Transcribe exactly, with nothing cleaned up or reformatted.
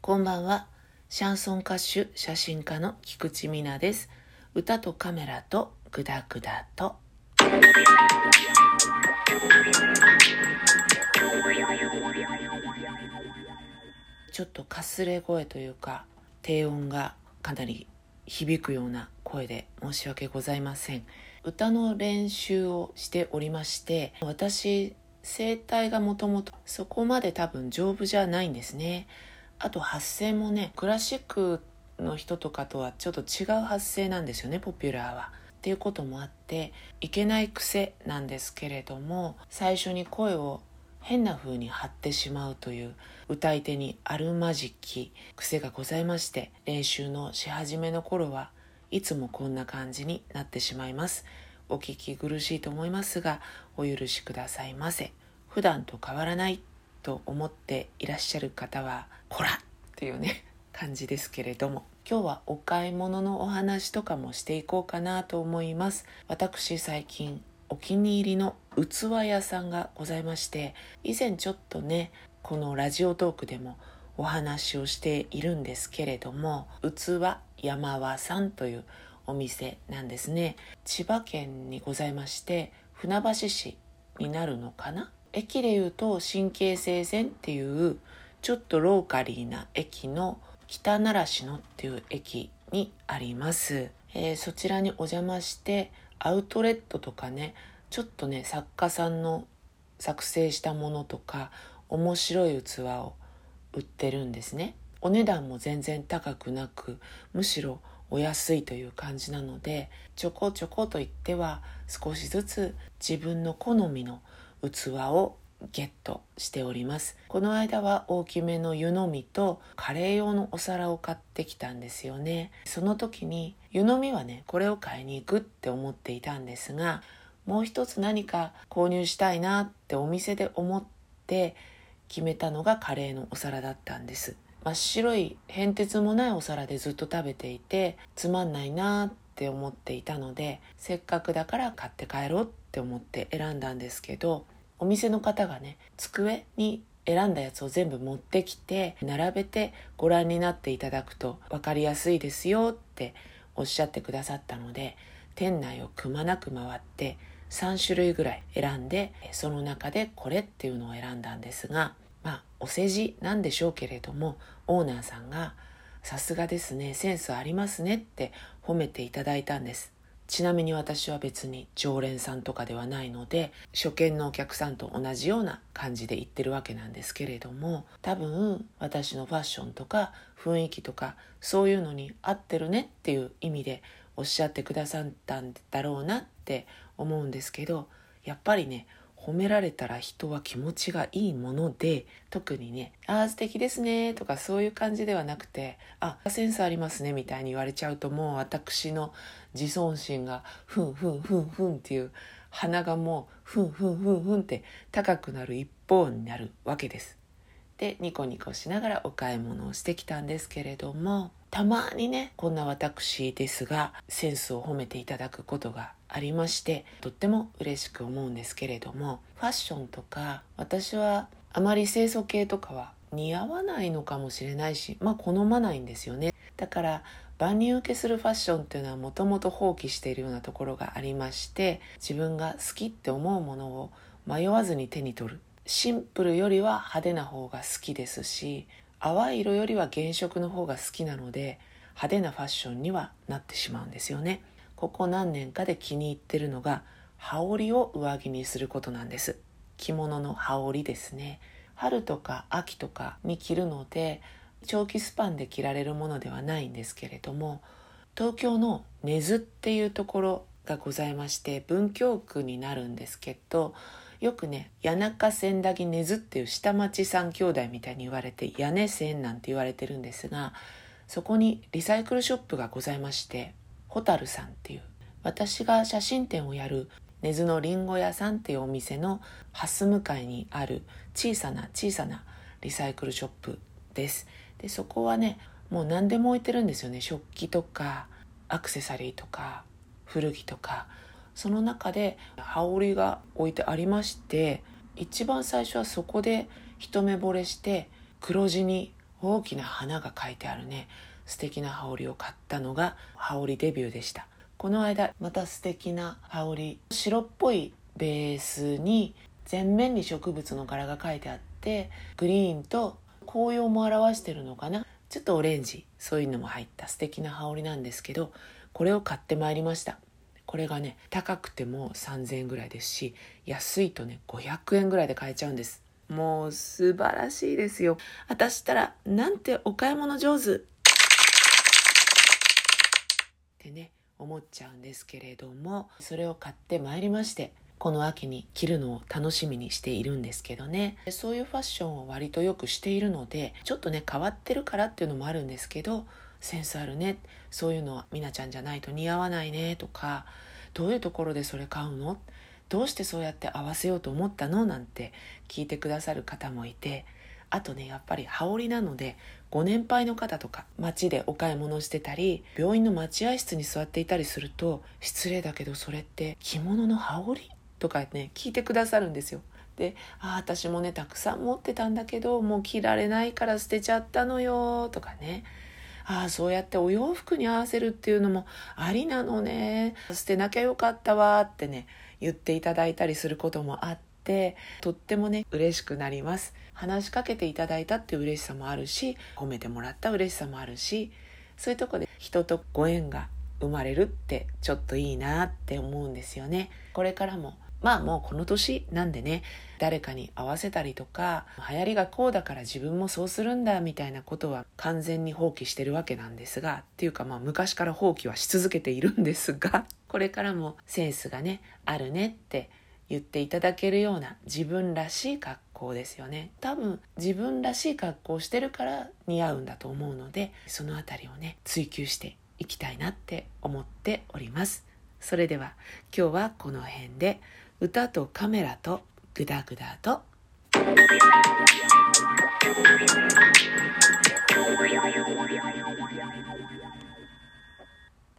こんばんは。シャンソン歌手、写真家の菊池美奈です。歌とカメラとグダグダと。ちょっとかすれ声というか、低音がかなり響くような声で申し訳ございません。歌の練習をしておりまして、私、声帯がもともとそこまで多分丈夫じゃないんですね。あと発声もね、クラシックの人とかとはちょっと違う発声なんですよね、ポピュラーは。っていうこともあっていけない癖なんですけれども、最初に声を変な風に張ってしまうという歌い手にあるまじき癖がございまして、練習のし始めの頃はいつもこんな感じになってしまいます。お聞き苦しいと思いますがお許しくださいませ。普段と変わらないと思っていらっしゃる方はこらっていうね感じですけれども、今日はお買い物のお話とかもしていこうかなと思います。私最近お気に入りの器屋さんがございまして、以前ちょっとねこのラジオトークでもお話をしているんですけれども、器山和さんというお店なんですね。千葉県にございまして、船橋市になるのかな。駅でいうと神経生線っていうちょっとローカリーな駅の北習志野っていう駅にあります、えー、そちらにお邪魔してアウトレットとかね、ちょっとね作家さんの作成したものとか面白い器を売ってるんですね。お値段も全然高くなく、むしろお安いという感じなので、ちょこちょこと言っては少しずつ自分の好みの器をゲットしております。この間は大きめの湯飲みとカレー用のお皿を買ってきたんですよね。その時に湯飲みはねこれを買いに行くって思っていたんですが、もう一つ何か購入したいなってお店で思って決めたのがカレーのお皿だったんです。真っ白い変哲もないお皿でずっと食べていてつまんないなって思っていたので、せっかくだから買って帰ろうって思って選んだんですけど、お店の方がね机に選んだやつを全部持ってきて並べてご覧になっていただくと分かりやすいですよっておっしゃってくださったので、店内をくまなく回ってさん種類ぐらい選んで、その中でこれっていうのを選んだんですが、まあお世辞なんでしょうけれども、オーナーさんがさすがですね、センスありますねって褒めていただいたんです。ちなみに私は別に常連さんとかではないので、初見のお客さんと同じような感じで言ってるわけなんですけれども、多分私のファッションとか雰囲気とかそういうのに合ってるねっていう意味でおっしゃってくださったんだろうなって思うんですけど、やっぱりね褒められたら人は気持ちがいいもので、特にねあー素敵ですねとかそういう感じではなくて、あセンスありますねみたいに言われちゃうと、もう私の自尊心がふんふんふんふんっていう鼻がもうふんふんふんふんって高くなる一方になるわけです。でニコニコしながらお買い物をしてきたんですけれども、たまにねこんな私ですがセンスを褒めていただくことがありまして、とっても嬉しく思うんですけれども、ファッションとか私はあまり清楚系とかは似合わないのかもしれないし、まあ好まないんですよね。だから万人受けするファッションっていうのはもともと放棄しているようなところがありまして、自分が好きって思うものを迷わずに手に取る。シンプルよりは派手な方が好きですし、淡い色よりは原色の方が好きなので派手なファッションにはなってしまうんですよね。ここ何年かで気に入ってるのが羽織を上着にすることなんです。着物の羽織ですね。春とか秋とかに着るので長期スパンで着られるものではないんですけれども、東京の根津っていうところがございまして、文京区になるんですけど、よくね谷中千駄木根津っていう下町三兄弟みたいに言われて屋根線なんて言われてるんですが、そこにリサイクルショップがございまして、ホタルさんっていう、私が写真展をやる根津のりんご屋さんっていうお店の蓮向かいにある小さな小さなリサイクルショップです。でそこはねもう何でも置いてるんですよね。食器とかアクセサリーとか古着とか、その中で羽織が置いてありまして、一番最初はそこで一目惚れして黒地に大きな花が描いてあるね素敵な羽織を買ったのが羽織デビューでした。この間また素敵な羽織、白っぽいベースに全面に植物の柄が描いてあって、グリーンと紅葉も表してるのかな、ちょっとオレンジ、そういうのも入った素敵な羽織なんですけど、これを買ってまいりました。これがね高くてもさんぜんえんぐらいですし、安いとねごひゃくえんぐらいで買えちゃうんです。もう素晴らしいですよ。私ったらなんてお買い物上手ってね思っちゃうんですけれども、それを買ってまいりまして、この秋に着るのを楽しみにしているんですけどね。そういうファッションを割とよくしているので、ちょっとね変わってるからっていうのもあるんですけど、センスあるね、そういうのはみなちゃんじゃないと似合わないねとか、どういうところでそれ買うの、どうしてそうやって合わせようと思ったのなんて聞いてくださる方もいて、あとねやっぱり羽織なので、ご年配の方とか街でお買い物してたり、病院の待合室に座っていたりすると、失礼だけどそれって着物の羽織とかね聞いてくださるんですよ。で、あ、私もねたくさん持ってたんだけどもう着られないから捨てちゃったのよとかね、ああそうやってお洋服に合わせるっていうのもありなのね、捨てなきゃよかったわってね言っていただいたりすることもあって、とってもね嬉しくなります。話しかけていただいたっていう嬉しさもあるし、褒めてもらった嬉しさもあるし、そういうとこで人とご縁が生まれるってちょっといいなって思うんですよね。これからもまあもうこの年なんでね、誰かに合わせたりとか、流行りがこうだから自分もそうするんだみたいなことは完全に放棄してるわけなんですが、っていうかまあ昔から放棄はし続けているんですが、これからもセンスがねあるねって言っていただけるような自分らしい格好ですよね。多分自分らしい格好をしてるから似合うんだと思うので、そのあたりをね追求していきたいなって思っております。それでは今日はこの辺で、歌とカメラとグダグダと